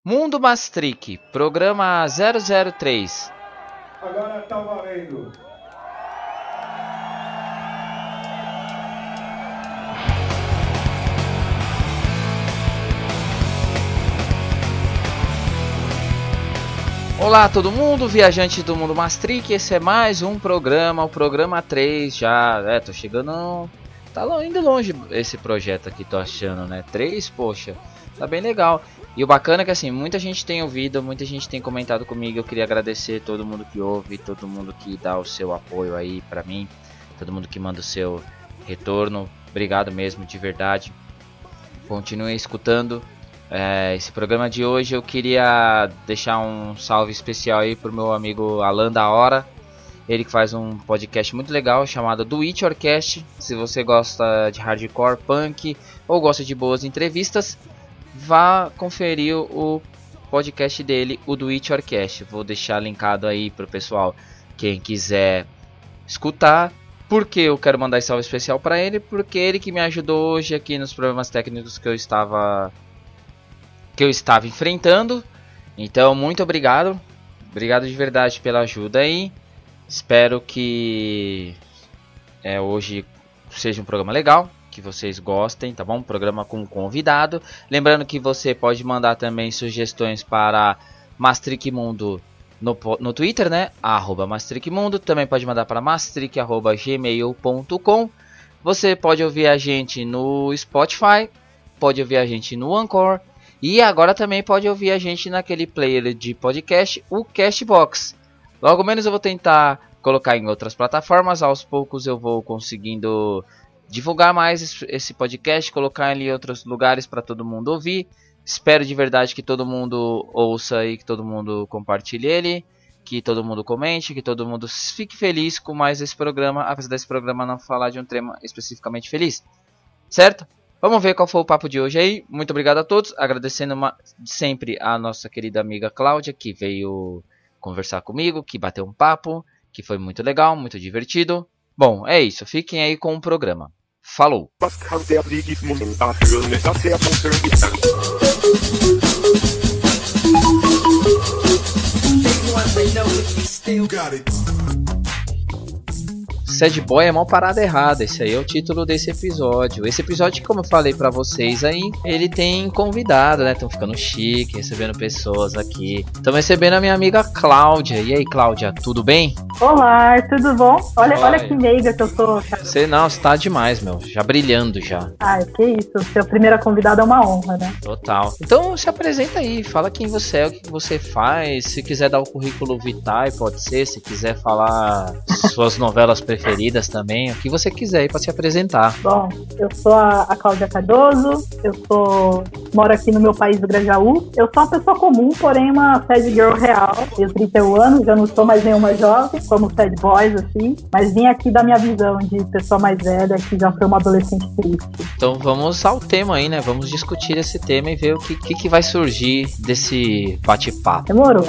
Mundo Maastricht, programa 003. Agora tá valendo. Olá todo mundo, viajante do Mundo Maastricht, esse é mais um programa, o programa 3 já, tô chegando, tá indo longe esse projeto aqui, tô achando, né, 3, poxa, tá bem legal. E o bacana é que assim, muita gente tem ouvido, muita gente tem comentado comigo, eu queria agradecer todo mundo que ouve, todo mundo que dá o seu apoio aí pra mim, todo mundo que manda o seu retorno, obrigado mesmo, de verdade, continue escutando. Esse programa de hoje eu queria deixar um salve especial aí pro meu amigo Alan da Hora. Ele que faz um podcast muito legal chamado Do It Orcast. Se você gosta de hardcore, punk ou gosta de boas entrevistas, vá conferir o podcast dele, o Do It Orcast. Vou deixar linkado aí pro pessoal, quem quiser escutar. Porque eu quero mandar esse salve especial para ele, porque ele que me ajudou hoje aqui nos problemas técnicos que eu estava enfrentando. Então, muito obrigado. Obrigado de verdade pela ajuda aí. Espero que hoje seja um programa legal, que vocês gostem, tá bom? Um programa com convidado. Lembrando que você pode mandar também sugestões para Maastrichtmundo no Twitter, né? @Maastrichtmundo. Também pode mandar para maastricht@gmail.com. Você pode ouvir a gente no Spotify, pode ouvir a gente no Anchor. E agora também pode ouvir a gente naquele player de podcast, o Castbox. Logo menos eu vou tentar colocar em outras plataformas. Aos poucos eu vou conseguindo divulgar mais esse podcast, colocar ele em outros lugares para todo mundo ouvir. Espero de verdade que todo mundo ouça e que todo mundo compartilhe ele, que todo mundo comente, que todo mundo fique feliz com mais esse programa, apesar desse programa não falar de um tema especificamente feliz. Certo? Vamos ver qual foi o papo de hoje aí. Muito obrigado a todos. Agradecendo sempre a nossa querida amiga Cláudia, que veio conversar comigo, que bateu um papo, que foi muito legal, muito divertido. Bom, é isso. Fiquem aí com o programa. Falou! Sad Boy é mó parada errada, esse aí é o título desse episódio. Esse episódio, como eu falei pra vocês aí, ele tem convidado, né? Estão ficando chique, recebendo pessoas aqui. Estamos recebendo a minha amiga Cláudia. E aí, Cláudia, tudo bem? Olá, tudo bom? Olha que meiga que eu sou, cara. Você tá demais, meu. Já brilhando já. Ai, que isso. Ser a primeira convidada é uma honra, né? Total. Então se apresenta aí, fala quem você é, o que você faz. Se quiser dar o currículo vitae, pode ser. Se quiser falar suas novelas preferidas também, o que você quiser aí pra se apresentar. Bom, eu sou a Cláudia Cardoso, moro aqui no meu país do Grajaú. Eu sou uma pessoa comum, porém uma sad girl real. Tenho 31 anos, já não sou mais nenhuma jovem, como sad boys, assim, mas vim aqui dar minha visão de pessoa mais velha, que já foi uma adolescente triste. Então vamos ao tema aí, né? Vamos discutir esse tema e ver o que vai surgir desse bate-papo. Demorou.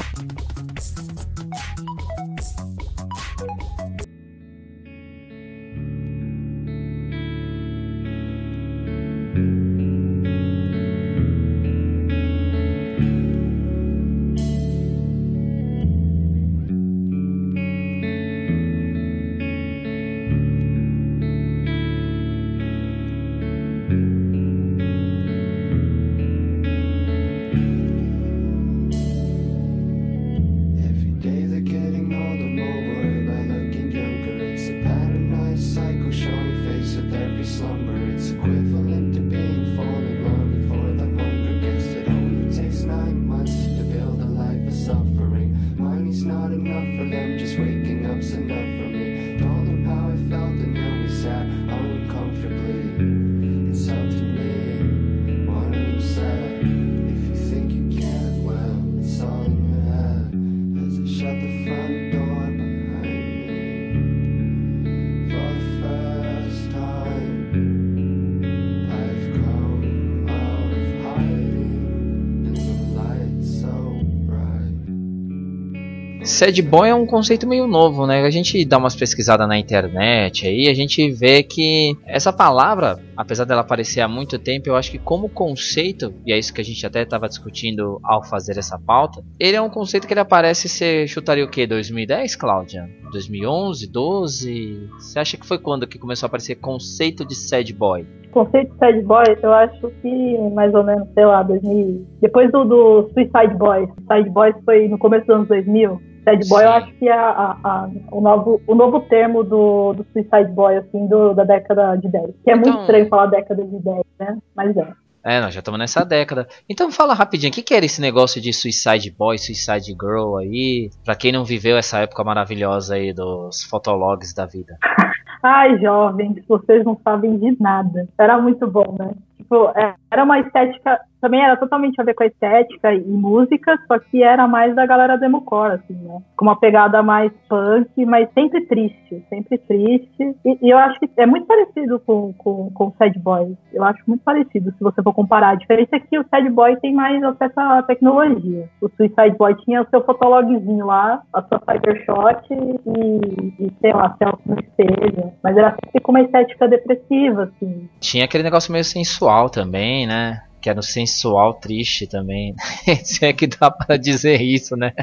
Sad boy é um conceito meio novo, né? A gente dá umas pesquisadas na internet aí, a gente vê que essa palavra, apesar dela aparecer há muito tempo, eu acho que como conceito, e é isso que a gente até estava discutindo ao fazer essa pauta, ele é um conceito que ele aparece, você chutaria o quê? 2010, Cláudia? 2011, 12? Você acha que foi quando que começou a aparecer conceito de sad boy? Conceito de sad boy, eu acho que mais ou menos, sei lá, 2000. Depois do Suicide Boys. Suicide Boys foi no começo dos anos 2000. Sad boy, Sim. eu acho que é o novo termo do Suicide Boy, assim, da década de 10. Que é Então, muito estranho falar década de 10, né? Mas é. nós já estamos nessa década. Então fala rapidinho, o que era esse negócio de Suicide Boy, Suicide Girl aí? Pra quem não viveu essa época maravilhosa aí dos fotologs da vida. Ai, jovens, vocês não sabem de nada. Era muito bom, né? Tipo, era uma estética, também era totalmente a ver com a estética e música, só que era mais da galera democore, assim, né? Com uma pegada mais punk, mas sempre triste, sempre triste. E eu acho que é muito parecido com o Sad Boy. Eu acho muito parecido, se você for comparar. A diferença é que o Sad Boy tem mais acesso à tecnologia. O Suicide Boy tinha o seu fotologzinho lá, a sua Cybershot e sei lá, selfie no espelho. Mas era sempre com uma estética depressiva, assim. Tinha aquele negócio meio sensual também, né? Que era um sensual triste também. Se é que dá pra dizer isso, né?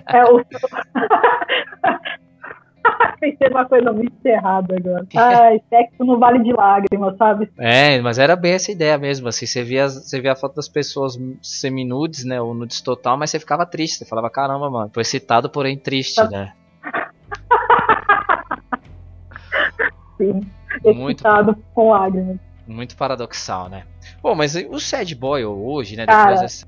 Pensei uma coisa muito errada agora. Ai, sexo no vale de lágrimas, sabe? Mas era bem essa ideia mesmo, assim, você via a foto das pessoas semi-nudes, né, ou nudes total, mas você ficava triste, você falava, caramba, mano, foi excitado, porém triste, né? Sim, excitado com lágrimas. Muito paradoxal, né? Bom, mas o sad boy hoje, né, Cara, depois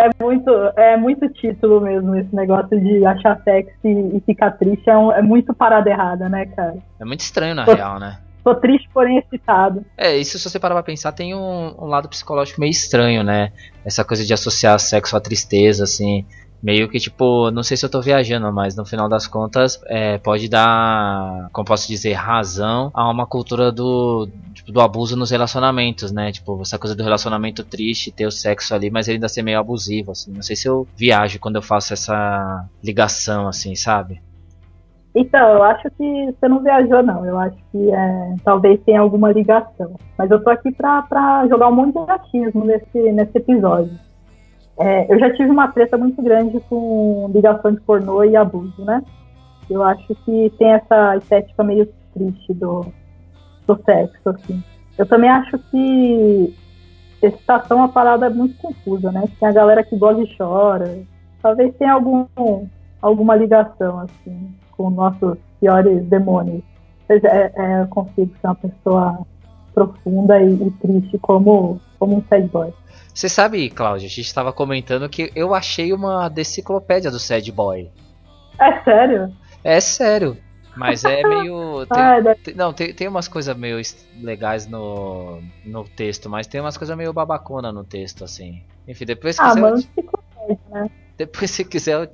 é muito título mesmo, esse negócio de achar sexy e ficar triste, é muito parada errada, né, cara? É muito estranho, na real, né? Tô triste, porém excitado. Isso, se você parar pra pensar, tem um lado psicológico meio estranho, né? Essa coisa de associar sexo à tristeza, assim. Meio que, tipo, não sei se eu tô viajando, mas no final das contas, pode dar, como posso dizer, razão a uma cultura do abuso nos relacionamentos, né? Tipo, essa coisa do relacionamento triste, ter o sexo ali, mas ele ainda ser meio abusivo, assim. Não sei se eu viajo quando eu faço essa ligação, assim, sabe? Então, eu acho que você não viajou, não. Eu acho que talvez tenha alguma ligação. Mas eu tô aqui pra jogar um monte de achismo nesse episódio. Eu já tive uma treta muito grande com ligação de pornô e abuso, né? Eu acho que tem essa estética meio triste do sexo, assim. Eu também acho que excitação é uma parada muito confusa, né? Tem a galera que gosta e chora. Talvez tenha alguma ligação, assim, com nossos piores demônios. Eu consigo ser uma pessoa profunda e triste como um sad boy. Você sabe, Cláudia, a gente estava comentando que eu achei uma deciclopédia do sad boy. É sério? É sério. Mas é meio... Tem umas coisas meio legais no texto, mas tem umas coisas meio babacona no texto, assim. Enfim, depois se quiser... Mano, enciclopédia, né? Depois se quiser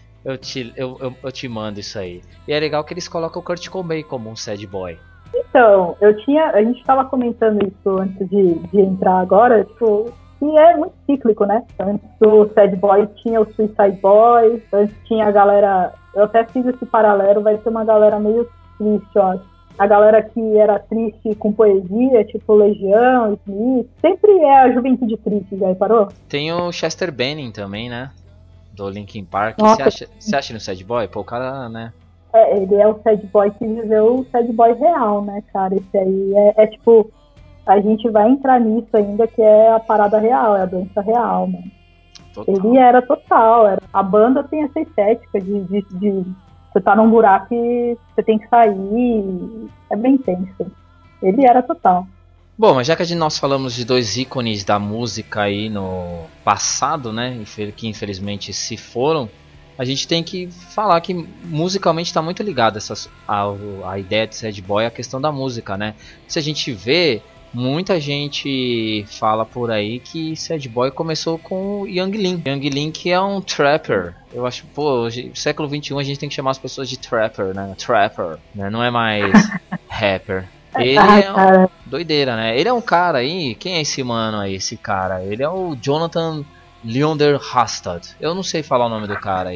eu te mando isso aí. E é legal que eles colocam o Kurt Cobain como um sad boy. Então, a gente estava comentando isso antes de entrar agora, tipo, que é muito cíclico, né? Antes do sad boy tinha o Suicide Boy, antes tinha a galera, eu até fiz esse paralelo, vai ter uma galera meio triste, ó. A galera que era triste com poesia, tipo Legião, Smith, sempre é a juventude triste, já reparou? Tem o Chester Benning também, né? Do Linkin Park. Você acha no sad boy? Pô, o cara, né? Ele é o sad boy que viveu o sad boy real, né, cara? Esse aí tipo, a gente vai entrar nisso ainda, que é a parada real, é a doença real, mano. Total. Ele era total. A banda tem essa estética de você tá num buraco e você tem que sair. É bem tenso. Ele era total. Bom, mas já que nós falamos de dois ícones da música aí no passado, né, que infelizmente se foram, a gente tem que falar que musicalmente está muito ligado a ideia de sad boy à questão da música, né? Se a gente vê, muita gente fala por aí que sad boy começou com o Yung Lean. Yung Lean, que é um trapper. Eu acho, século XXI a gente tem que chamar as pessoas de trapper, né? Trapper, né? Não é mais rapper. Ele é doideira, né? Ele é um cara aí, quem é esse mano aí, esse cara? Ele é o Jonathan Leander Hastad. Eu não sei falar o nome do cara aí.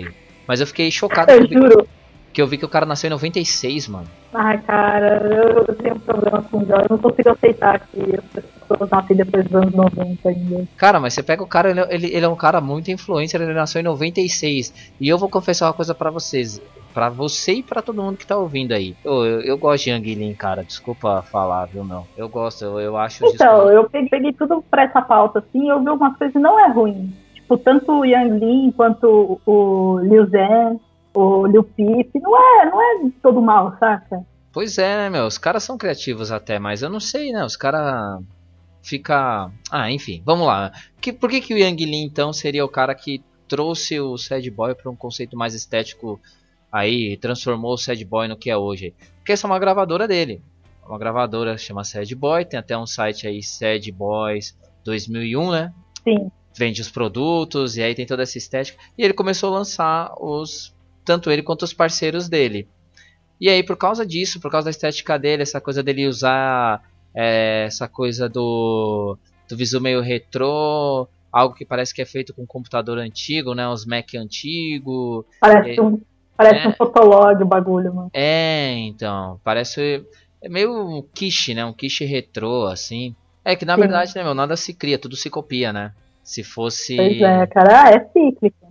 Mas eu fiquei chocado Eu juro. que eu vi que o cara nasceu em 96, mano. Ai, cara, eu tenho um problema com o eu não consigo aceitar que as pessoas nascem depois dos anos 90 ainda. Cara, mas você pega o cara, ele é um cara muito influencer, ele nasceu em 96. E eu vou confessar uma coisa pra vocês. Pra você e pra todo mundo que tá ouvindo aí. Eu gosto de Yang Lin, cara. Desculpa falar, viu, meu? Eu gosto, eu acho... Então, eu peguei tudo pra essa pauta, assim, e eu vi algumas coisas e não é ruim. Tipo, tanto o Yang Lin quanto o Liu Zhen, o Liu Peep, não é todo mal, saca? Pois é, né, meu? Os caras são criativos até, mas eu não sei, né? Os caras fica... Ah, enfim, vamos lá. Por que o Yang Lin, então, seria o cara que trouxe o Sad Boy pra um conceito mais estético aí, transformou o Sad Boy no que é hoje? Porque essa é uma gravadora dele. Uma gravadora chama Sad Boy, tem até um site aí, Sad Boys 2001, né? Sim. Vende os produtos e aí tem toda essa estética. E ele começou a lançar tanto ele quanto os parceiros dele. E aí por causa disso, por causa da estética dele, essa coisa dele usar essa coisa do visual meio retrô, algo que parece que é feito com computador antigo, né? Os Mac antigo. Parece um fotolog o bagulho, mano. Então, parece meio um quiche, né? Um quiche retrô, assim. É que na Sim. verdade, né, meu, nada se cria, tudo se copia, né? Se fosse... Pois é, cara, é cíclico.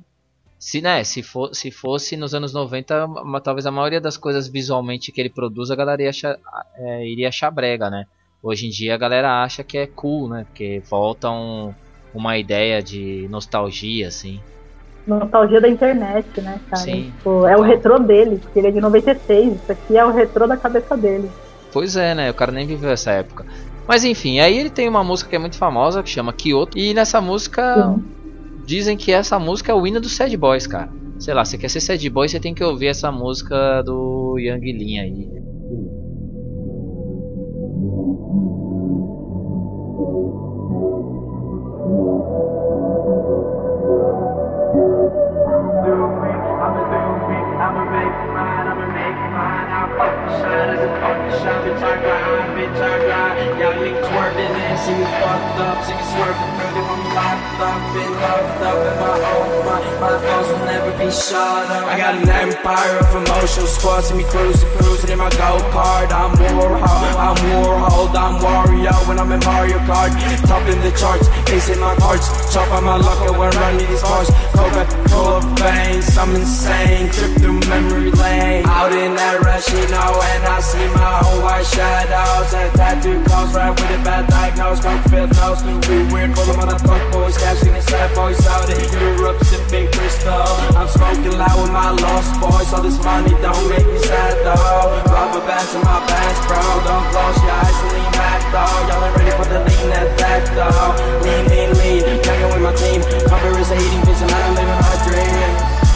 Se fosse nos anos 90, talvez a maioria das coisas visualmente que ele produz, a galera iria achar brega, né? Hoje em dia a galera acha que é cool, né? Porque volta uma ideia de nostalgia, assim. Nostalgia da internet, né, cara? Sim. Tipo, é o retrô dele, porque ele é de 96, isso aqui é o retrô da cabeça dele. Pois é, né? O cara nem viveu essa época. Mas enfim, aí ele tem uma música que é muito famosa, que chama Kyoto. E nessa música, dizem que essa música é o hino dos Sad Boys, cara. Sei lá, você quer ser Sad Boy, você tem que ouvir essa música do Yang Lin aí. I got an empire of emotions, squats me cruising in my gold card. I'm Warhol, I'm Wario when I'm in Mario Kart. Top in the charts, ace in my cards, chop on my luck when running these bars. Coca-Cola veins, I'm insane, trip through memory lane. Out in that rush, you know, and I see my own white shadows. And tattoo calls right with a bad diagnose, Coke-filled nose. We weird, full of motherfuck boys, casting the sad boys out in Europe, sipping crystal. I'm smoking loud with my lost boys, so this money don't make me sad though. Rubber bands in my pants, bro, don't close your eyes and lean back though. Y'all ain't ready for the lean attack though. Lean, hanging with my team. Cover is hating, bitch, and I'm living my dreams.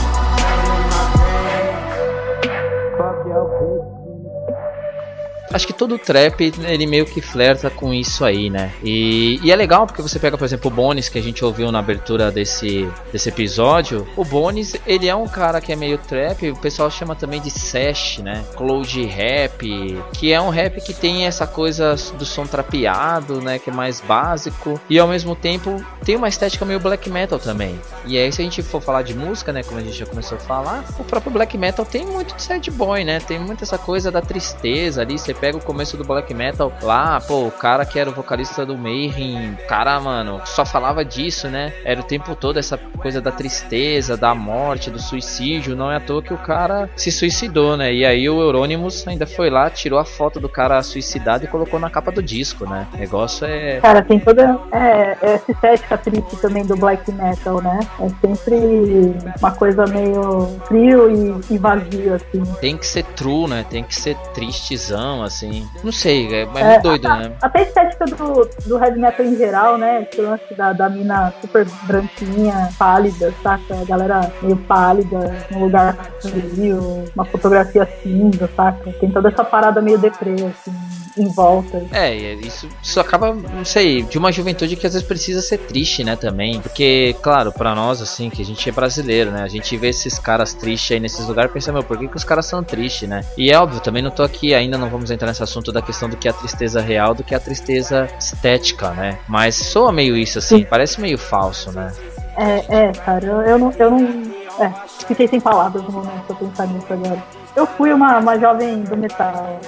Fuck your bitch. Acho que todo trap, ele meio que flerta com isso aí, né? E é legal porque você pega, por exemplo, o Bones, que a gente ouviu na abertura desse episódio. O Bones, ele é um cara que é meio trap, o pessoal chama também de sesh, né? Cloud rap, que é um rap que tem essa coisa do som trapeado, né? Que é mais básico. E ao mesmo tempo tem uma estética meio black metal também. E aí se a gente for falar de música, né? Como a gente já começou a falar, o próprio black metal tem muito de sad boy, né? Tem muito essa coisa da tristeza ali. Você pega o começo do black metal lá, pô, o cara que era o vocalista do Mayhem, cara, mano, só falava disso, né? Era o tempo todo essa coisa da tristeza, da morte, do suicídio. Não é à toa que o cara se suicidou, né? E aí o Euronymous ainda foi lá, tirou a foto do cara suicidado e colocou na capa do disco, né? O negócio é... Cara, tem toda essa estética triste também do black metal, né? É sempre uma coisa meio frio e vazio, assim. Tem que ser true, né? Tem que ser tristezão, assim. Não sei, é muito doido, né? Até a estética do heavy metal em geral, né? Esse lance da mina super branquinha, pálida, saca? A galera meio pálida, num lugar frio, uma fotografia cinza, saca? Tem toda essa parada meio deprê, assim, em volta. Isso acaba, não sei, de uma juventude que às vezes precisa ser triste, né, também. Porque, claro, pra nós, assim, que a gente é brasileiro, né? A gente vê esses caras tristes aí nesses lugares e pensa, meu, por que os caras são tristes, né? E é óbvio, também não tô aqui, ainda não vamos entrar nesse assunto da questão do que é a tristeza real, do que é a tristeza estética, né? Mas soa meio isso, assim, parece meio falso, né? Cara, eu não Fiquei sem palavras no momento que eu pensar nisso agora. Eu fui uma jovem do metal.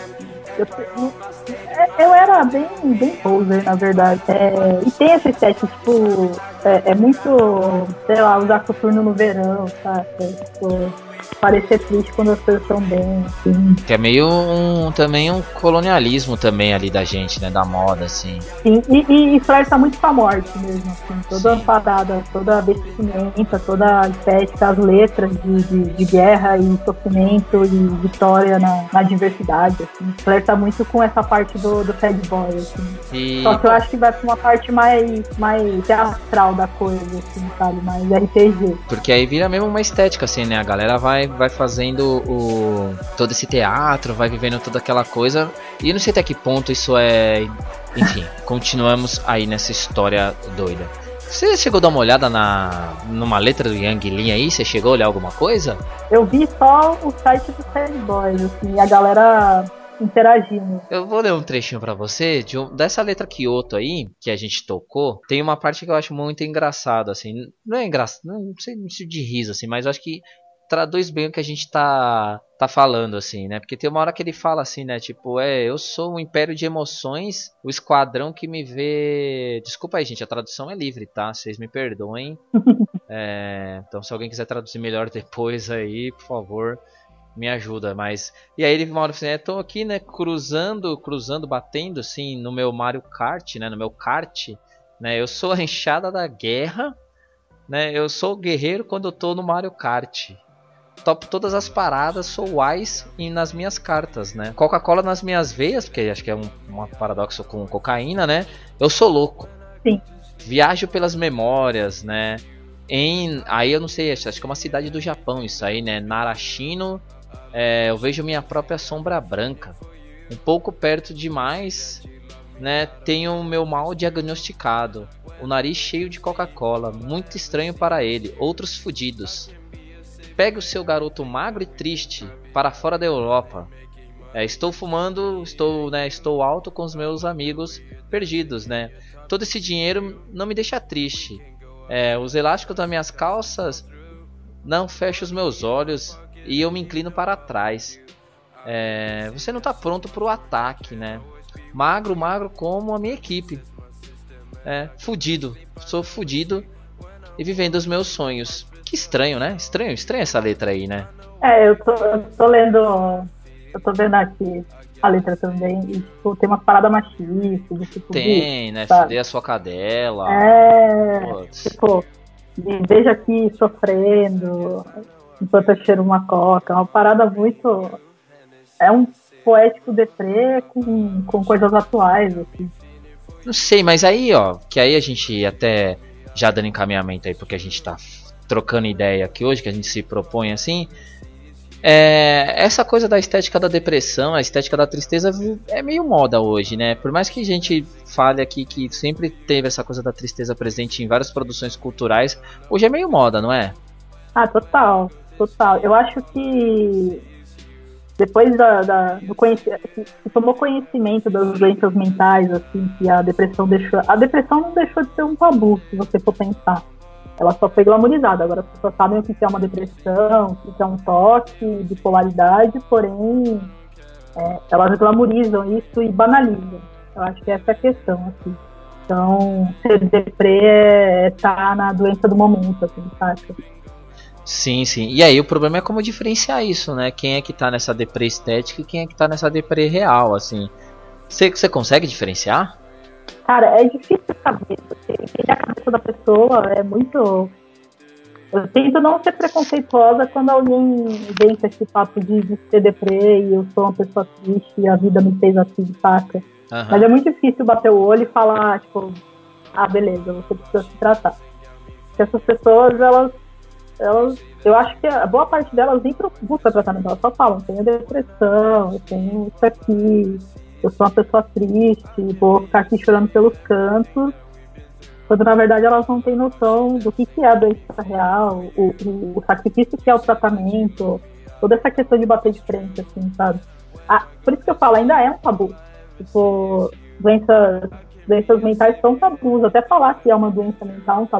Eu era bem poser, na verdade. E tem essa estética, tipo, é muito, sei lá, usar coturno no verão, sabe? Tipo, parecer triste quando as coisas estão bem, assim. Que é meio também um colonialismo também ali da gente, né? Da moda, assim. Sim, e flerta muito com a morte mesmo, assim. Toda a parada, toda a vestimenta, toda a estética, as letras de guerra e sofrimento e vitória na diversidade, assim. Flerta muito com essa parte do sad boy, assim. Só que eu acho que vai pra uma parte mais teatral da coisa, assim, sabe? Mais RPG. Porque aí vira mesmo uma estética, assim, né? A galera vai fazendo todo esse teatro, vai vivendo toda aquela coisa. E eu não sei até que ponto isso é... Enfim, continuamos aí nessa história doida. Você chegou a dar uma olhada numa letra do Yang Lin aí? Você chegou a olhar alguma coisa? Eu vi só o site do Sad Boys, assim, e a galera interagindo. Eu vou ler um trechinho pra você dessa letra Kyoto aí, que a gente tocou. Tem uma parte que eu acho muito engraçada, assim. Não é engraçado, não sei de riso, assim, mas eu acho que traduz bem o que a gente tá falando, assim, né? Porque tem uma hora que ele fala assim, né? Tipo, eu sou um império de emoções, o esquadrão que me vê... Desculpa aí, gente, a tradução é livre, tá? Vocês me perdoem. Então, se alguém quiser traduzir melhor depois aí, por favor, me ajuda. Mas... E aí ele uma hora assim, tô aqui, né? Cruzando, batendo, assim, no meu Mario Kart, né? No meu kart, né? Eu sou a enxada da guerra, né? Eu sou o guerreiro quando eu tô no Mario Kart. Topo todas as paradas, sou wise nas minhas cartas, né? Coca-Cola nas minhas veias, porque acho que é um paradoxo com cocaína, né? Eu sou louco. Sim. Viajo pelas memórias, né? Aí eu não sei, acho que é uma cidade do Japão isso aí, né? Narashino, eu vejo minha própria sombra branca. Um pouco perto demais, né? Tenho o meu mal diagnosticado. O nariz cheio de Coca-Cola, muito estranho para ele, outros fudidos. Pegue o seu garoto magro e triste para fora da Europa. Estou fumando, estou alto com os meus amigos perdidos, né? Todo esse dinheiro não me deixa triste. Os elásticos das minhas calças não fecham os meus olhos e eu me inclino para trás. Você não está pronto para o ataque, né? Magro como a minha equipe. Fudido, sou fudido e vivendo os meus sonhos. Que estranho, né? Estranho essa letra aí, né? Eu tô lendo, eu tô vendo aqui a letra também, e tipo, tem umas paradas machistas, tipo... Tem, né? Fudei a sua cadela. Tipo, veja aqui sofrendo, enquanto eu cheiro uma coca, uma parada muito... É um poético deprê com coisas atuais, assim. Não sei, mas aí, ó, que aí a gente até já dando encaminhamento aí, porque a gente tá trocando ideia aqui hoje, que a gente se propõe assim, essa coisa da estética da depressão, a estética da tristeza é meio moda hoje, né? Por mais que a gente fale aqui que sempre teve essa coisa da tristeza presente em várias produções culturais, hoje é meio moda, não é? Total. Eu acho que depois do conhecimento, que tomou conhecimento das doenças mentais, assim, que a depressão não deixou de ser um tabu, se você for pensar. Ela só foi glamorizada. Agora as pessoas sabem o que é uma depressão, o que é um toque, bipolaridade, porém elas glamorizam isso e banalizam. Eu acho que essa é a questão, assim. Então, ser deprê é estar na doença do momento, assim, sabe? Sim. E aí o problema é como diferenciar isso, né? Quem é que tá nessa deprê estética e quem é que tá nessa deprê real, assim. Você consegue diferenciar? Cara, é difícil saber, porque entender a cabeça da pessoa é muito... Eu tento não ser preconceituosa quando alguém vem com esse papo de ser deprê e eu sou uma pessoa triste e a vida me fez assim, saca? Uhum. Mas é muito difícil bater o olho e falar, tipo, beleza, você precisa se tratar. Porque essas pessoas, elas eu acho que a boa parte delas nem busca tratamento, elas só falam, tenho depressão, eu tenho isso aqui... Eu sou uma pessoa triste, vou ficar aqui chorando pelos cantos, quando na verdade elas não têm noção do que é a doença real, o sacrifício que é o tratamento, toda essa questão de bater de frente, assim, sabe? Por isso que eu falo, ainda é um tabu. Tipo, doenças mentais são tabus, até falar que é uma doença mental é um tabu.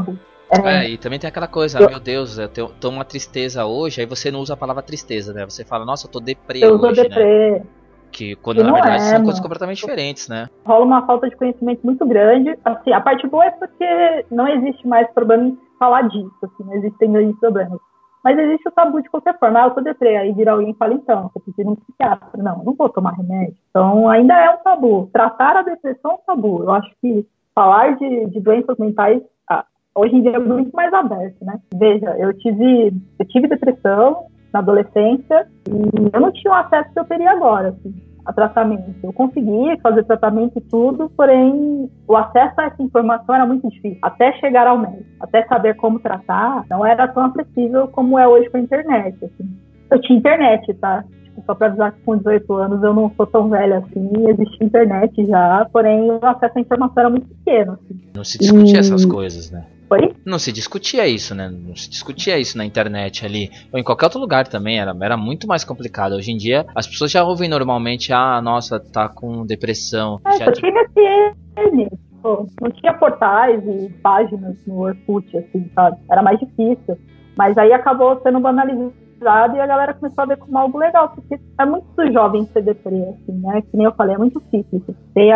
E também tem aquela coisa, meu Deus, eu tô uma tristeza hoje, aí você não usa a palavra tristeza, né? Você fala, nossa, eu tô deprê eu hoje, uso deprê. né? Que quando na verdade são coisas completamente diferentes, né? Rola uma falta de conhecimento muito grande. Assim, a parte boa é porque não existe mais problema em falar disso, assim, não existem grandes problemas. Mas existe o tabu de qualquer forma. Eu tô deprê, aí vira alguém e fala, então, você precisa ir num psiquiatra. Não vou tomar remédio. Então ainda é um tabu. Tratar a depressão é um tabu. Eu acho que falar de doenças mentais hoje em dia é muito mais aberto, né? Veja, eu tive depressão na adolescência e eu não tinha o acesso que eu teria agora, assim, a tratamento. Eu consegui fazer tratamento e tudo, porém o acesso a essa informação era muito difícil. Até chegar ao médico, até saber como tratar, não era tão acessível como é hoje com a internet, assim. Eu tinha internet, tá? Só para avisar que com 18 anos eu não sou tão velha assim, existia internet já, porém o acesso à informação era muito pequeno. Assim. Não se discutia essas coisas, né? Foi? Não se discutia isso, né? Não se discutia isso na internet ali, ou em qualquer outro lugar também, era muito mais complicado. Hoje em dia, as pessoas já ouvem normalmente, nossa, tá com depressão. Só tinha MSN, não tinha portais e páginas no Orkut, assim, sabe? Era mais difícil. Mas aí acabou sendo banalizado e a galera começou a ver como algo legal, porque é muito jovem ser deprê, assim, né? Que nem eu falei, é muito cíclico.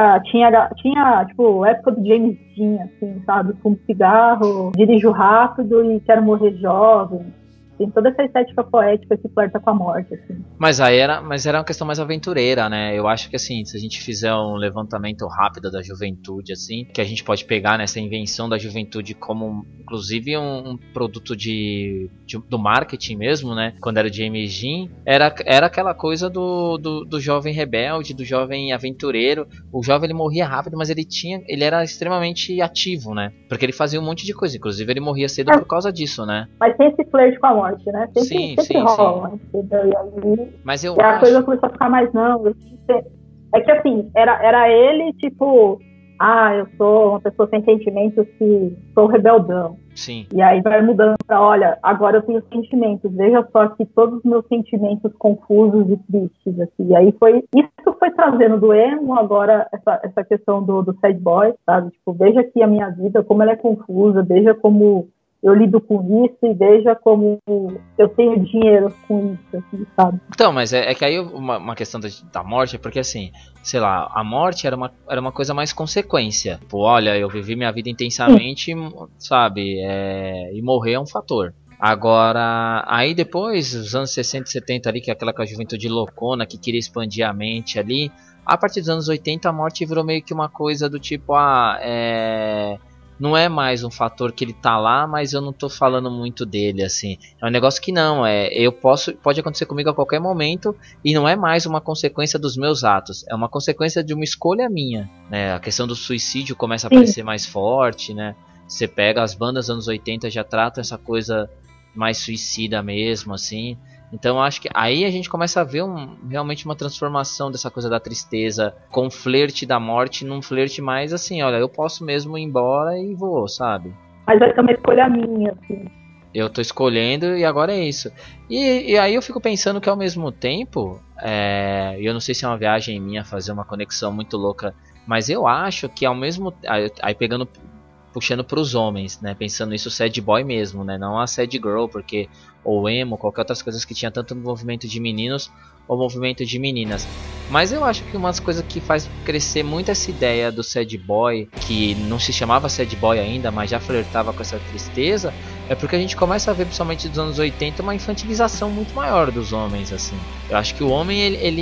Tinha tipo, época do James Dean, assim, sabe? Fumo cigarro, dirijo rápido e quero morrer jovem. Tem toda essa estética poética que flerta com a morte, assim. Mas era uma questão mais aventureira, né? Eu acho que, assim, se a gente fizer um levantamento rápido da juventude, assim, que a gente pode pegar nessa invenção da juventude como, inclusive, um produto do marketing mesmo, né? Quando era o James Dean, era aquela coisa do jovem rebelde, do jovem aventureiro. O jovem, ele morria rápido, mas ele era extremamente ativo, né? Porque ele fazia um monte de coisa, inclusive ele morria cedo por causa disso, né? Mas tem esse flerte com a morte, né? Sempre rola. Mas a coisa começou a ficar mais é que assim, era ele tipo, eu sou uma pessoa sem sentimentos, que sou rebeldão. Sim. E aí vai mudando pra, olha, agora eu tenho sentimentos, veja só aqui todos os meus sentimentos confusos e tristes, assim. E aí isso foi trazendo do emo, agora essa questão do sad boy, sabe? Tipo, veja aqui a minha vida, como ela é confusa, veja como eu lido com isso e veja como eu tenho dinheiro com isso, assim, sabe? Então, mas é que aí uma questão da morte é porque, assim, sei lá, a morte era uma coisa mais consequência. Tipo, olha, eu vivi minha vida intensamente, sabe, e morrer é um fator. Agora, aí depois, os anos 60 e 70 ali, que é aquela com a juventude loucona, que queria expandir a mente ali, a partir dos anos 80 a morte virou meio que uma coisa do tipo, não é mais um fator que ele tá lá, mas eu não tô falando muito dele, assim. É um negócio que não, pode acontecer comigo a qualquer momento e não é mais uma consequência dos meus atos, é uma consequência de uma escolha minha, né? A questão do suicídio começa a aparecer mais forte, né? Você pega as bandas dos anos 80, já tratam essa coisa mais suicida mesmo, assim. Então acho que aí a gente começa a ver realmente uma transformação dessa coisa da tristeza com o flerte da morte num flerte mais assim, olha, eu posso mesmo ir embora e vou, sabe? Mas vai ser uma escolha minha, assim. Eu tô escolhendo e agora é isso. E aí eu fico pensando que ao mesmo tempo, eu não sei se é uma viagem minha fazer uma conexão muito louca, mas eu acho que ao mesmo... Aí puxando pros homens, né, pensando nisso, sad boy mesmo, né, não a sad girl, porque ou emo, qualquer outras coisas que tinha tanto movimento de meninos ou movimento de meninas. Mas eu acho que uma das coisas que faz crescer muito essa ideia do sad boy, que não se chamava sad boy ainda, mas já flertava com essa tristeza, é porque a gente começa a ver, principalmente dos anos 80, uma infantilização muito maior dos homens, assim. Eu acho que o homem,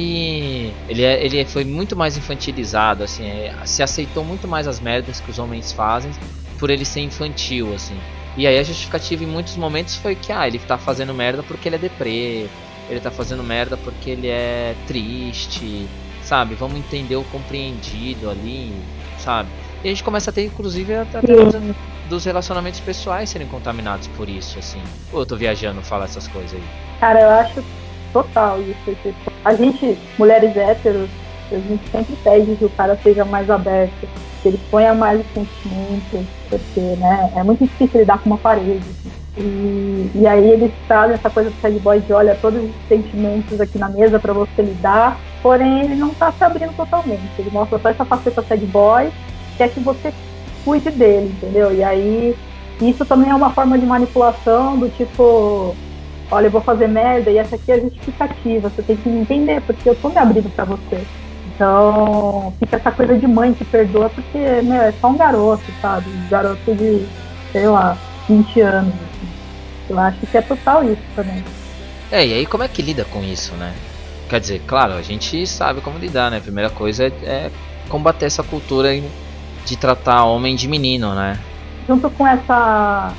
ele foi muito mais infantilizado, assim, se aceitou muito mais as merdas que os homens fazem por ele ser infantil, assim. E aí a justificativa em muitos momentos foi que ele tá fazendo merda porque ele é deprê, ele tá fazendo merda porque ele é triste, sabe? Vamos entender o compreendido ali, sabe? E a gente começa a ter, inclusive, até dos relacionamentos pessoais serem contaminados por isso, assim. Ou eu tô viajando falar essas coisas aí? Cara, eu acho total isso. A gente, mulheres héteros, a gente sempre pede que o cara seja mais aberto, que ele ponha mais os sentimentos, porque, né, é muito difícil lidar com uma parede. E aí eles trazem essa coisa do sad boy de, olha, todos os sentimentos aqui na mesa pra você lidar, porém ele não tá se abrindo totalmente. Ele mostra só essa faceta sad boy, quer que você cuide dele, entendeu? E aí Isso também é uma forma de manipulação do tipo, olha, eu vou fazer merda e essa aqui é a justificativa, você tem que me entender, porque eu tô me abrindo pra você. Então, fica essa coisa de mãe que perdoa, porque, meu, é só um garoto, sabe? Um garoto de, sei lá, 20 anos. Assim. Eu acho que é total isso também. E aí como é que lida com isso, né? Quer dizer, claro, a gente sabe como lidar, né? A primeira coisa é combater essa cultura de tratar homem de menino, né? Junto com essa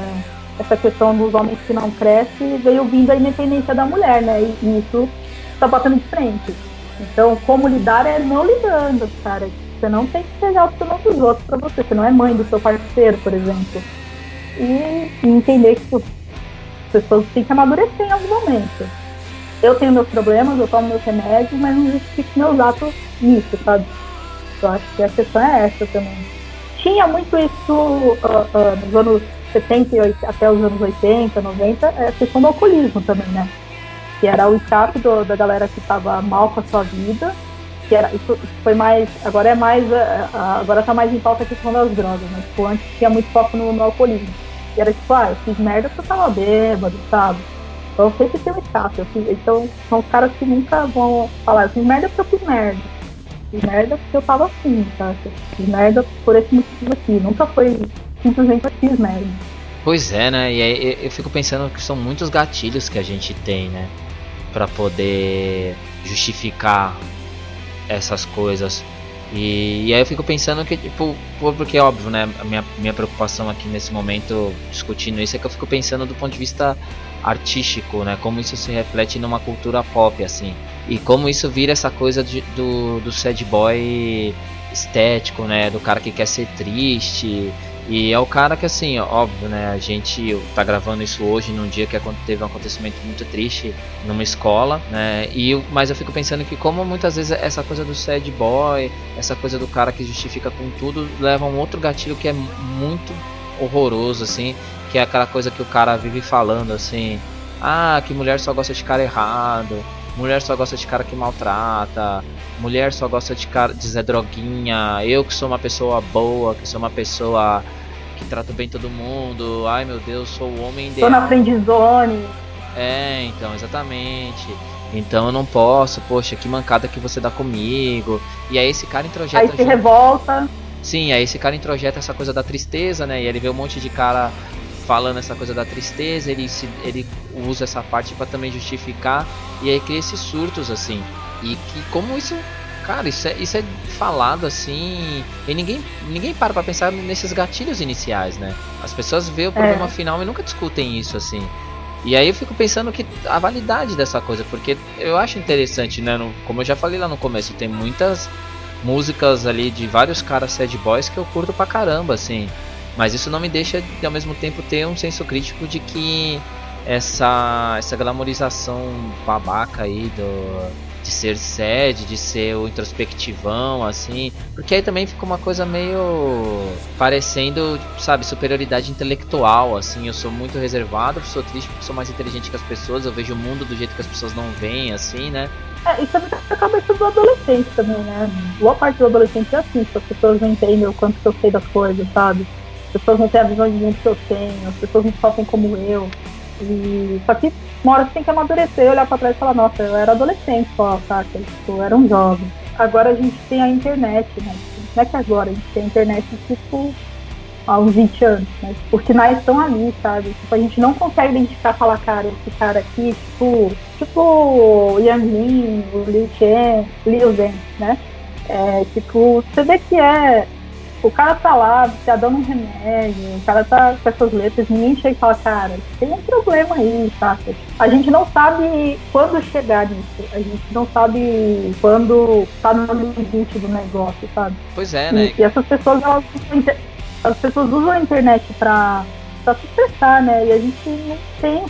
questão dos homens que não crescem, veio vindo a independência da mulher, né? E isso tá batendo de frente. Então, como lidar é não lidando, cara. Você não tem que pegar a opinião dos outros pra você. Você não é mãe do seu parceiro, por exemplo. E entender que as pessoas têm que amadurecer em algum momento. Eu tenho meus problemas, eu tomo meus remédios, mas não justifico meus atos nisso, sabe? Eu acho que a questão é essa também. Tinha muito isso nos anos 70 até os anos 80, 90, a questão do alcoolismo também, né? Que era o escape da galera que estava mal com a sua vida, que era, isso foi mais, agora tá mais em pauta a questão das drogas, né? Tipo, antes tinha muito foco no alcoolismo. E era tipo, eu fiz merda porque eu tava bêbado, sabe? Então eu sempre tenho um escape, então são os caras que nunca vão falar, eu fiz merda porque eu fiz merda. Fiz merda porque eu tava assim, sabe? Fiz merda por esse motivo aqui, nunca foi simplesmente eu fiz merda. Pois é, né? E aí eu fico pensando que são muitos gatilhos que a gente tem, né? Pra poder justificar essas coisas. E aí eu fico pensando que, tipo, porque é óbvio, né? A minha preocupação aqui nesse momento, discutindo isso, é que eu fico pensando do ponto de vista artístico, né? Como isso se reflete numa cultura pop, assim. E como isso vira essa coisa do sad boy estético, né? Do cara que quer ser triste. E é o cara que, assim, óbvio, né, a gente tá gravando isso hoje num dia que teve um acontecimento muito triste numa escola, né, mas eu fico pensando que como muitas vezes essa coisa do sad boy, essa coisa do cara que justifica com tudo, leva a um outro gatilho que é muito horroroso, assim, que é aquela coisa que o cara vive falando, assim, que mulher só gosta de cara errado, mulher só gosta de cara que maltrata, mulher só gosta de cara de Zé Droguinha, eu que sou uma pessoa boa, que sou uma pessoa que trato bem todo mundo, ai meu Deus, sou o homem ideal. Tô na friendzone. Então, exatamente. Então eu não posso, poxa, que mancada que você dá comigo. E aí esse cara introjeta... Aí se revolta. Sim, aí esse cara introjeta essa coisa da tristeza, né, e ele vê um monte de cara falando essa coisa da tristeza, ele usa essa parte pra também justificar, e aí cria esses surtos, assim. E que como isso... Cara, isso é falado assim, e ninguém para pra pensar nesses gatilhos iniciais, né? As pessoas veem o problema final e nunca discutem isso, assim. E aí eu fico pensando que a validade dessa coisa, porque eu acho interessante, né? Como eu já falei lá no começo, tem muitas músicas ali de vários caras sad boys que eu curto pra caramba, assim. Mas isso não me deixa de ao mesmo tempo ter um senso crítico de que essa glamorização babaca aí de ser sad, de ser o introspectivão, assim, porque aí também fica uma coisa meio parecendo, sabe, superioridade intelectual, assim, eu sou muito reservado, sou triste porque sou mais inteligente que as pessoas, eu vejo o mundo do jeito que as pessoas não veem, assim, né? Isso é a cabeça do adolescente também, né? Boa parte do adolescente é assim, as pessoas não entendem o quanto que eu sei das coisas, sabe? As pessoas não têm a visão de mundo que eu tenho, as pessoas não sofrem como eu. Só que uma hora você tem que amadurecer, olhar pra trás e falar, nossa, eu era adolescente só, saca? Eu era um jovem. Agora a gente tem a internet, né? Não é que agora, a gente tem a internet, tipo, há uns 20 anos, né? Os sinais estão ali, sabe? Tipo, a gente não consegue identificar, falar, cara, esse cara aqui, tipo Yang Lin, o Liu Chen, Liu Zhen, né? Tipo, você vê que o cara tá lá, tá dando um remédio, o cara tá com essas letras, ninguém chega e fala, cara, tem um problema aí, saca? A gente não sabe quando chegar nisso, a gente não sabe quando tá no limite do negócio, sabe? Pois é, né? E essas pessoas, as pessoas usam a internet pra se expressar, né? E a gente não tem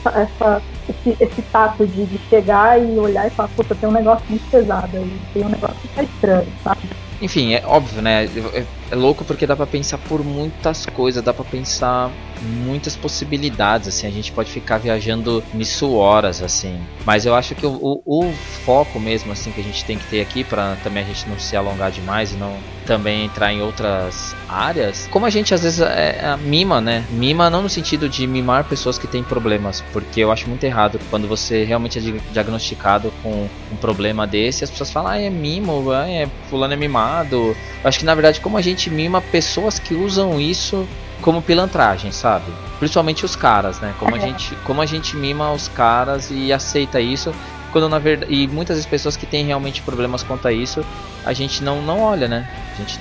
esse tato de chegar e olhar e falar, puta, tem um negócio muito pesado aí, tem um negócio que tá estranho, sabe? Enfim, é óbvio, né? é louco porque dá pra pensar por muitas coisas, dá pra pensar muitas possibilidades, assim, a gente pode ficar viajando nisso horas, assim, mas eu acho que o foco mesmo, assim, que a gente tem que ter aqui, pra também a gente não se alongar demais e não também entrar em outras áreas, como a gente às vezes mima, né, mima não no sentido de mimar pessoas que têm problemas, porque eu acho muito errado quando você realmente é diagnosticado com um problema desse, as pessoas falam, é mimo, fulano é mimado. Eu acho que na verdade como a gente mima pessoas que usam isso como pilantragem, sabe? Principalmente os caras, né? Como a gente mima os caras e aceita isso, quando na verdade, e muitas das pessoas que têm realmente problemas quanto a isso, a gente não olha, né? A gente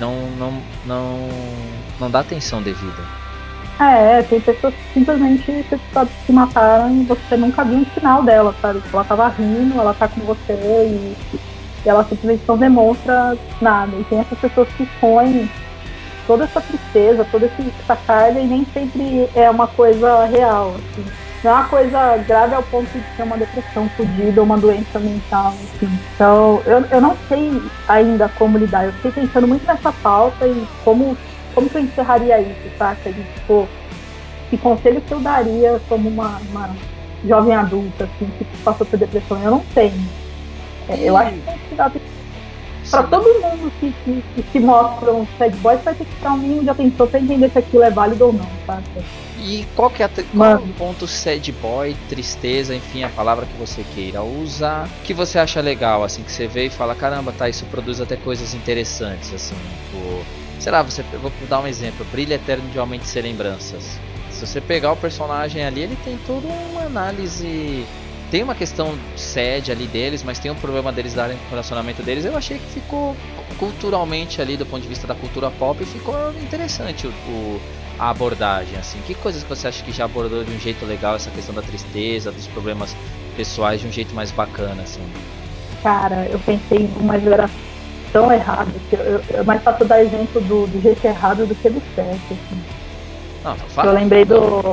não dá atenção devida. Tem pessoas que simplesmente você sabe que mataram e você nunca viu um sinal dela, sabe? Ela tava rindo, ela tá com você e ela simplesmente não demonstra nada. E tem essas pessoas que expõem toda essa tristeza, toda essa carga e nem sempre é uma coisa real, assim. Não é uma coisa grave ao ponto de ser uma depressão fodida ou uma doença mental, assim. Então, eu não sei ainda como lidar. Eu fiquei pensando muito nessa pauta e como que eu encerraria isso, saca? Tipo, que conselho que eu daria como uma jovem adulta, assim, que passou por depressão? Eu não tenho. Eu acho que tem que dar pra todo mundo que se mostra um sad boy, vai ter que dar um mínimo de atenção pra entender se aquilo é válido ou não, tá? E qual é o ponto sad boy, tristeza, enfim, a palavra que você queira usar, que você acha legal, assim, que você vê e fala, caramba, tá, isso produz até coisas interessantes, assim, tipo, sei lá, eu vou dar um exemplo, Brilho Eterno de Aumento Sem Lembranças. Se você pegar o personagem ali, ele tem toda uma análise. Tem uma questão sad ali deles, mas tem um problema deles darem o relacionamento deles. Eu achei que ficou culturalmente ali, do ponto de vista da cultura pop, ficou interessante a abordagem, assim. Que coisas que você acha que já abordou de um jeito legal essa questão da tristeza, dos problemas pessoais de um jeito mais bacana, assim? Cara, eu pensei em uma geração tão errada, que eu mais fácil dar exemplo do jeito errado do que do certo, assim. Não, fala. Eu lembrei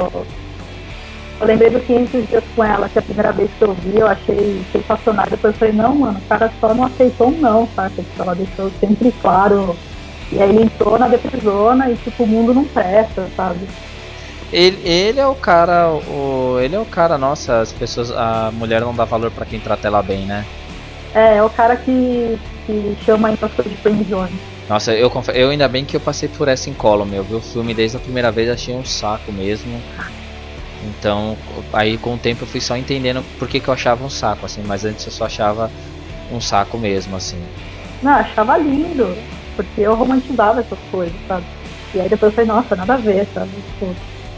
do 500 dias com ela, que a primeira vez que eu vi, eu achei sensacional. Depois eu falei, não, mano, o cara só não aceitou um não, sabe? Ela deixou sempre claro. E aí ele entrou na depressão e tipo, o mundo não presta, sabe? Ele é o cara, nossa, a mulher não dá valor pra quem trata ela bem, né? É o cara que chama a impostor de friendzone. Nossa, eu ainda bem que eu passei por essa incólume, eu vi o filme desde a primeira vez, achei um saco mesmo. Então, aí com o tempo eu fui só entendendo por que eu achava um saco, assim, mas antes eu só achava um saco mesmo, assim. Não, eu achava lindo, porque eu romantizava essas coisas, sabe? E aí depois eu falei, nossa, nada a ver, sabe? Tipo,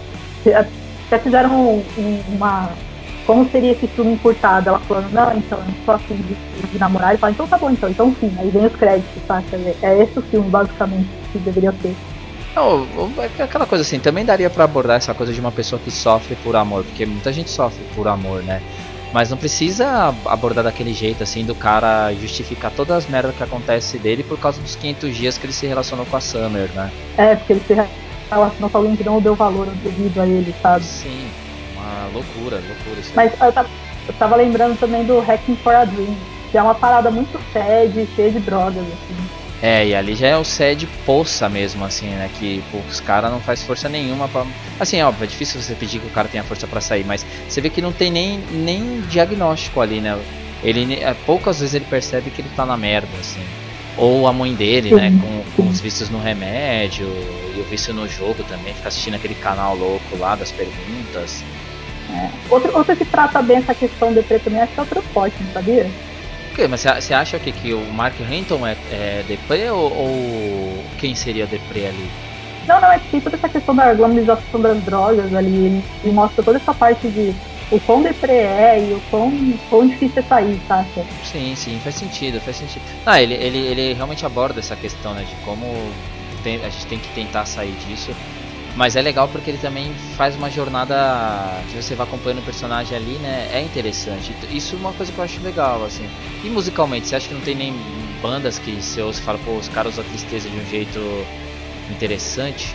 já fizeram uma... Como seria esse filme encurtado? Ela falando, não, então, eu não sou assim de namorar. E fala, então tá bom, então sim. Aí vem os créditos, sabe? É esse o filme, basicamente, que deveria ter. Não, aquela coisa assim, também daria pra abordar essa coisa de uma pessoa que sofre por amor, porque muita gente sofre por amor, né? Mas não precisa abordar daquele jeito, assim, do cara justificar todas as merdas que acontece dele por causa dos 500 dias que ele se relacionou com a Summer, né? Porque ele se relacionou com alguém que não deu valor devido a ele, sabe? Sim, uma loucura isso. Mas eu tava lembrando também do Hacking for a Dream, que é uma parada muito sad, cheia de drogas, assim. E ali já é o sad poça mesmo, assim, né? Que pô, os caras não faz força nenhuma pra... Assim, óbvio, é difícil você pedir que o cara tenha força pra sair, mas você vê que não tem nem diagnóstico ali, né? Poucas vezes ele percebe que ele tá na merda, assim. Ou a mãe dele, né? Com os vícios no remédio e o vício no jogo também, fica assistindo aquele canal louco lá das perguntas. Outra que trata bem essa questão de deprê também, acho que é o Transporte, não sabia? Mas você acha que o Mark Renton é deprê ou quem seria deprê ali? Não, é que tem toda essa questão da glamorização das drogas ali, ele mostra toda essa parte de o quão deprê e o quão difícil é sair, tá? Sim, faz sentido. Ele realmente aborda essa questão, né, de como a gente tem que tentar sair disso. Mas é legal porque ele também faz uma jornada que você vai acompanhando o personagem ali, né? É interessante. Isso é uma coisa que eu acho legal, assim. E musicalmente, você acha que não tem nem bandas que você ouça e fala, pô, os caras usam a tristeza de um jeito interessante?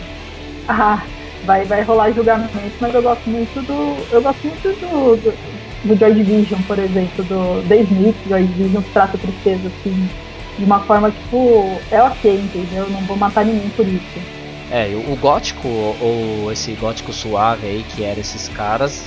Vai rolar julgamento, mas eu gosto muito do Joy Division, por exemplo, do The Smiths, Joy Division, que trata tristeza, assim. de uma forma, tipo, é ok, entendeu? Não vou matar ninguém por isso. O gótico, ou esse gótico suave aí, que era esses caras,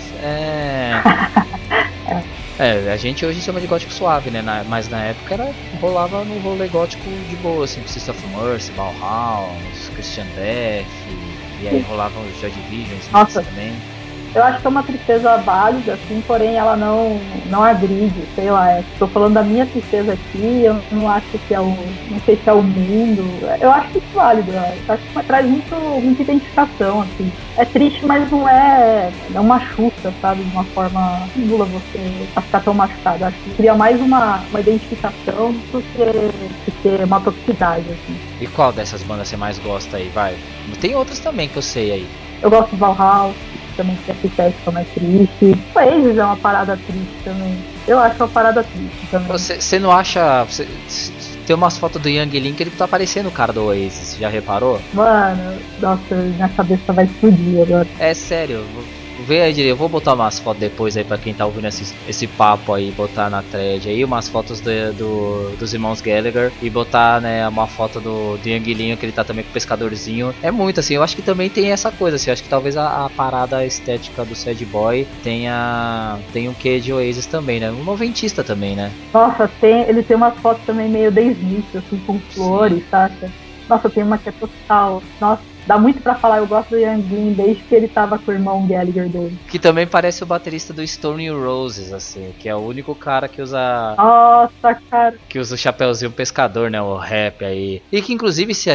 a gente hoje chama de gótico suave, né? Mas na época rolava no rolê gótico de boa, assim, System of Mercy, Bauhaus, Christian Death, e aí rolavam os Joy Division também. Eu acho que é uma tristeza válida, assim, porém ela não agride, sei lá. Estou falando da minha tristeza aqui, eu não acho que não sei se é o mundo. Eu acho que é válido, eu acho que traz muita identificação, assim. É triste, mas não é machuca, sabe? De uma forma que estimula você a ficar tão machucado. Acho que cria mais uma identificação do que uma toxicidade, assim. E qual dessas bandas você mais gosta aí, vai? Tem outras também que eu sei aí. Eu gosto de Valhalla, também que é estética mais triste. O Oasis é uma parada triste também. Eu acho uma parada triste também. Você não acha... Tem umas fotos do Yang Lin que ele tá parecendo o cara do Oasis, já reparou? Mano, nossa, minha cabeça vai explodir agora. É sério, vê aí direito, eu vou botar umas fotos depois aí pra quem tá ouvindo esse papo aí, botar na thread aí, umas fotos dos irmãos Gallagher e botar, né, uma foto do Yang Lin, que ele tá também com o pescadorzinho. É muito assim, eu acho que também tem essa coisa assim, eu acho que talvez a parada estética do Sad Boy tem um quê de Oasis também, né, um noventista também, né. Nossa, ele tem umas fotos também meio The Smith, assim, com flores, saca? Nossa, tem uma que é total, nossa. Dá muito pra falar, eu gosto do Yang Lin desde que ele tava com o irmão Gallagher dele. Que também parece o baterista do Stone Roses, assim, que é o único cara que usa... Nossa, cara. Que usa o chapéuzinho pescador, né, o rap aí. E que inclusive se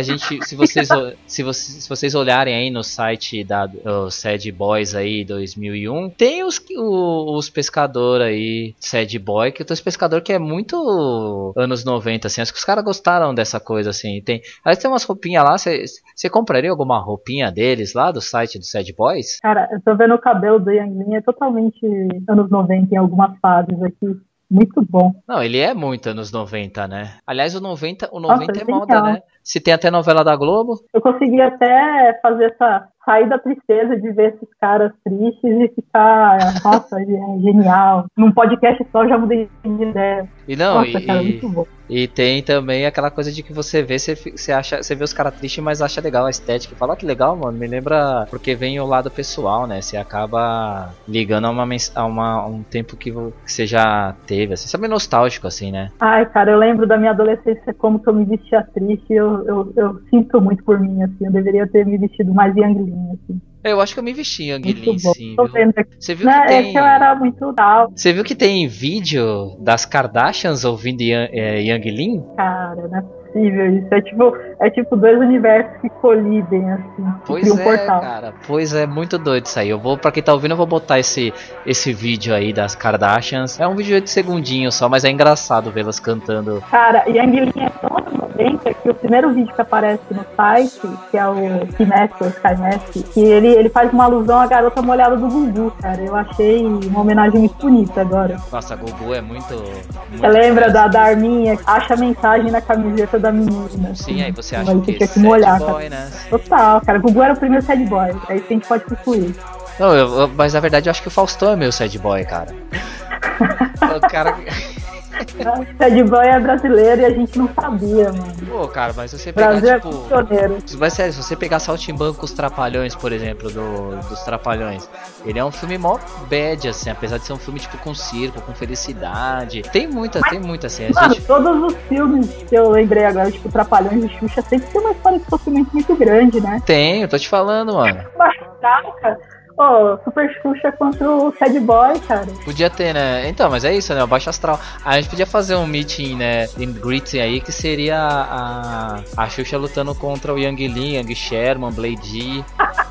vocês olharem aí no site da Sad Boys aí 2001, tem os pescadores aí, Sad Boy, que tem os pescadores que é muito anos 90, assim, acho que os caras gostaram dessa coisa, assim. Aí tem umas roupinhas lá, você compraria alguma roupinha deles lá do site do Sad Boys? Cara, eu tô vendo o cabelo do Yang Lin, é totalmente anos 90 em algumas fases aqui. Muito bom. Não, ele é muito anos 90, né? Aliás, o 90 Nossa, é moda, né? Se tem até novela da Globo. Eu consegui até fazer sair da tristeza de ver esses caras tristes e ficar, nossa, é genial. Num podcast só já mudei de ideia. Nossa, cara, muito bom. E tem também aquela coisa de que você vê, você vê os caras tristes, mas acha legal a estética. Fala que legal, mano. Me lembra, porque vem o lado pessoal, né? Você acaba ligando a um tempo que você já teve, assim. Sabe, nostálgico, assim, né? Ai, cara, eu lembro da minha adolescência como que eu me vestia triste. Eu sinto muito por mim, assim. Eu deveria ter me vestido mais Yang Lin, assim. Eu acho que eu me vesti em Yang Lin, sim. Você viu que tem... É que eu era muito tal. Você viu que tem vídeo das Kardashians ouvindo Yang Lin? Cara, não é possível isso. É tipo dois universos que colidem, assim. Pois é, portal. Cara. Pois é, muito doido isso aí. Pra quem tá ouvindo, eu vou botar esse vídeo aí das Kardashians. É um vídeo de segundinho só, mas é engraçado vê-las cantando. Cara, Yang Lin é tão 90 que o primeiro vídeo que aparece no site, que é o Sky Mask, que ele faz uma alusão à garota molhada do Gugu, cara. Eu achei uma homenagem muito bonita agora. Nossa, a Gugu é muito você lembra da Arminha? Acha a mensagem na camiseta da menina. Sim, assim, aí você acha que tinha que molhar, sad boy, cara. Né? Total, cara. Gugu era o primeiro sad boy. É isso que a gente pode concluir. Não, mas na verdade eu acho que o Faustão é meu sad boy, cara. O cara... Sad boy é brasileiro e a gente não sabia, mano. Pô, cara, mas se você pegar, Brasil tipo... Mas sério, se você pegar Saltimbanco com os Trapalhões, por exemplo, dos Trapalhões, ele é um filme mó bad, assim, apesar de ser um filme, tipo, com circo, com felicidade. Tem muita, assim. Mano, todos os filmes que eu lembrei agora, tipo, Trapalhões e Xuxa, sempre tem uma história de sofrimento muito grande, né? Tem, eu tô te falando, mano. Cara. Super Xuxa contra o Sad Boy, cara. Podia ter, né? Então, mas é isso, né? O Baixo Astral. A gente podia fazer um meeting, né? Em Greeting aí, que seria a Xuxa lutando contra o Yang Lin, Yang Sherman, Blade.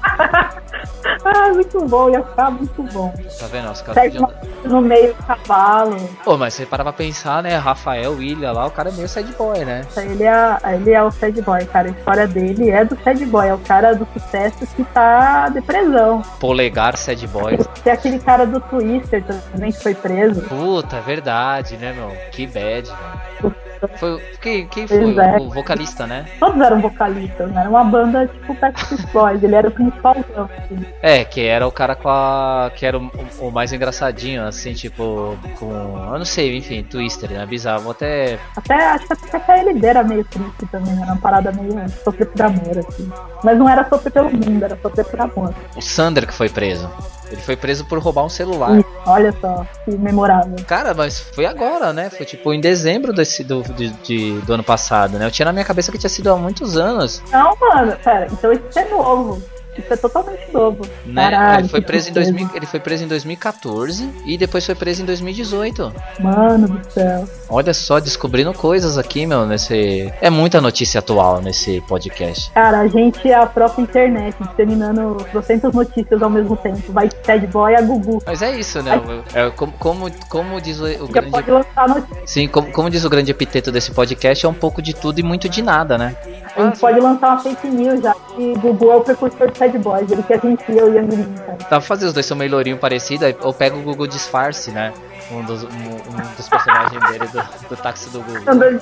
Muito bom, ia ficar muito bom. Tá vendo? Os caras podiam... no meio do cavalo. Pô, mas você para pra pensar, né? Rafael William lá, o cara é meio sad boy, né? Ele é o sad boy, cara. A história dele é do sad boy. É o cara do sucesso que tá depressão. Polegar sad boy. Tem aquele cara do Twister também que foi preso. Puta, é verdade, né, meu? Que bad, velho. Quem foi o vocalista, né? Todos eram vocalistas, né? Era uma banda tipo Backstreet Boys, ele era o principal. Assim. Que era o cara que era o mais engraçadinho, assim, tipo, eu não sei, enfim, Twister, né? Bizarro, acho que até ele era meio triste também, era uma parada meio sofrer por amor, assim. Mas não era sofrer pelo mundo, era sofrer por amor. O Sander que foi preso. Ele foi preso por roubar um celular. Olha só, que memorável. Cara, mas foi agora, né? Foi tipo em dezembro do ano passado, né? Eu tinha na minha cabeça que tinha sido há muitos anos. Não, mano, pera, então isso é novo. Isso é totalmente novo. Né? Caralho, ele foi preso em 2014 e depois foi preso em 2018. Mano do céu. Olha só, descobrindo coisas aqui, meu, É muita notícia atual nesse podcast. Cara, a gente é a própria internet, disseminando trocentas notícias ao mesmo tempo. Vai de Sad Boy a Gugu. Mas é isso, né? Como diz o grande... pode lançar notícia. Sim, como diz o grande epiteto desse podcast, é um pouco de tudo e muito de nada, né? A gente pode lançar uma fake news já, que Gugu é o precursor de Sad Boys, ele que a gente e o Yang Lin, cara. Dá pra fazer os dois, são meio lourinho parecido, ou pega o Gugu Disfarce, né? Um dos personagens dele do táxi do Gugu.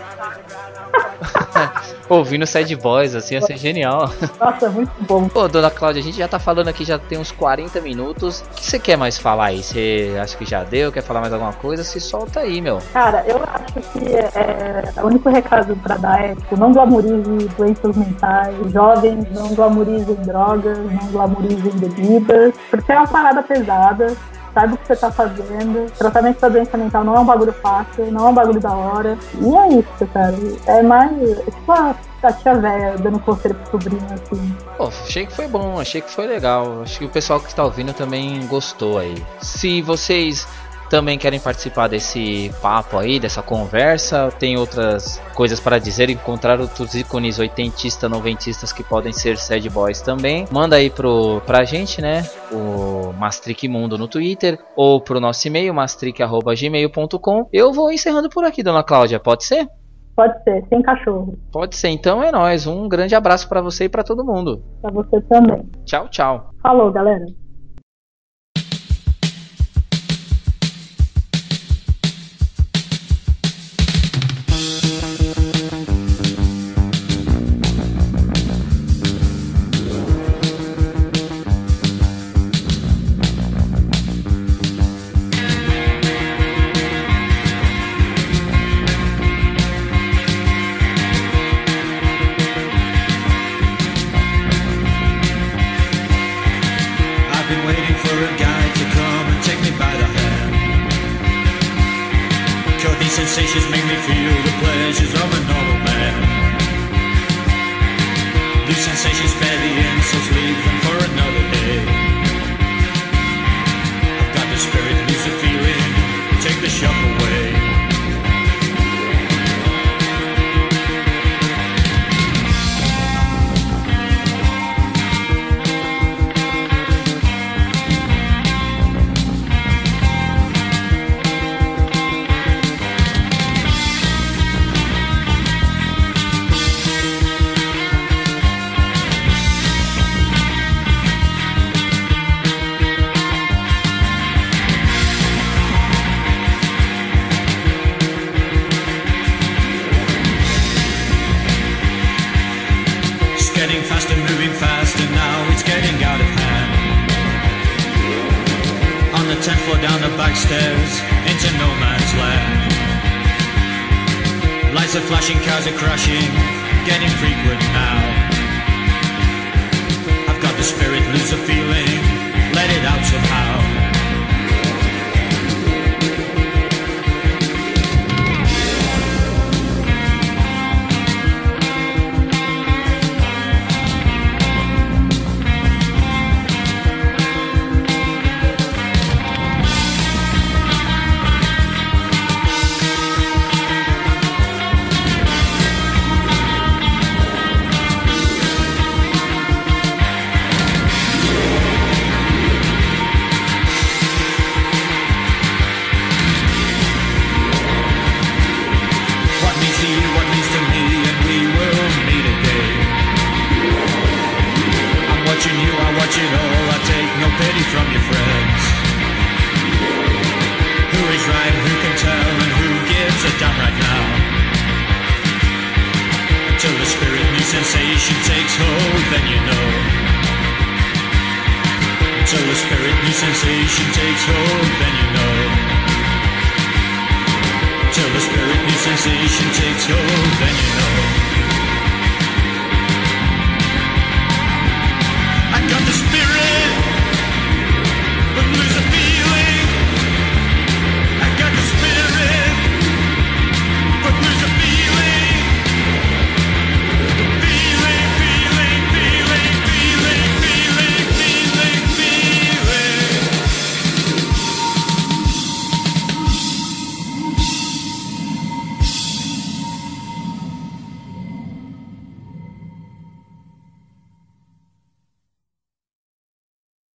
Ouvindo Sad Boys, assim, ia ser genial. Nossa, muito bom. Pô, dona Cláudia, a gente já tá falando aqui, já tem uns 40 minutos. O que você quer mais falar aí? Você acha que já deu? Quer falar mais alguma coisa? Se solta aí, meu. Cara, eu acho que o único recado pra dar é, tipo, não glamorize doenças mentais, jovens, não glamorizem drogas, não glamorizem bebidas, porque é uma parada pesada. Sabe o que você tá fazendo. Tratamento da doença mental não é um bagulho fácil, não é um bagulho da hora. E é isso, cara. É mais. É tipo a tia velha dando conselho pro sobrinho, assim. Pô, achei que foi bom, achei que foi legal. Acho que o pessoal que tá ouvindo também gostou aí. Se vocês também querem participar desse papo aí, dessa conversa, tem outras coisas para dizer, encontrar outros ícones oitentistas, noventistas que podem ser sad boys também, manda aí pra gente, né, o Mastric Mundo no Twitter, ou pro nosso e-mail, mastric@gmail.com. Eu vou encerrando por aqui, dona Cláudia, pode ser? Pode ser, sem cachorro. Pode ser, então é nóis, um grande abraço para você e para todo mundo. Pra você também. Tchau, tchau. Falou, galera. Sensations make me feel the pleasures of a normal man. These sensations spare the insults, leave them for another day. I've got the spirit, lose the feeling, take the shock away. Moving faster now, it's getting out of hand. On the 10th floor down the back stairs, into no man's land. Lights are flashing, cars are crashing, getting frequent now. I've got the spirit, lose the feeling, let it out somehow. sensation takes hold, then you know. Till the spirit new sensation takes hold, then you know. Till the spirit new sensation takes hold.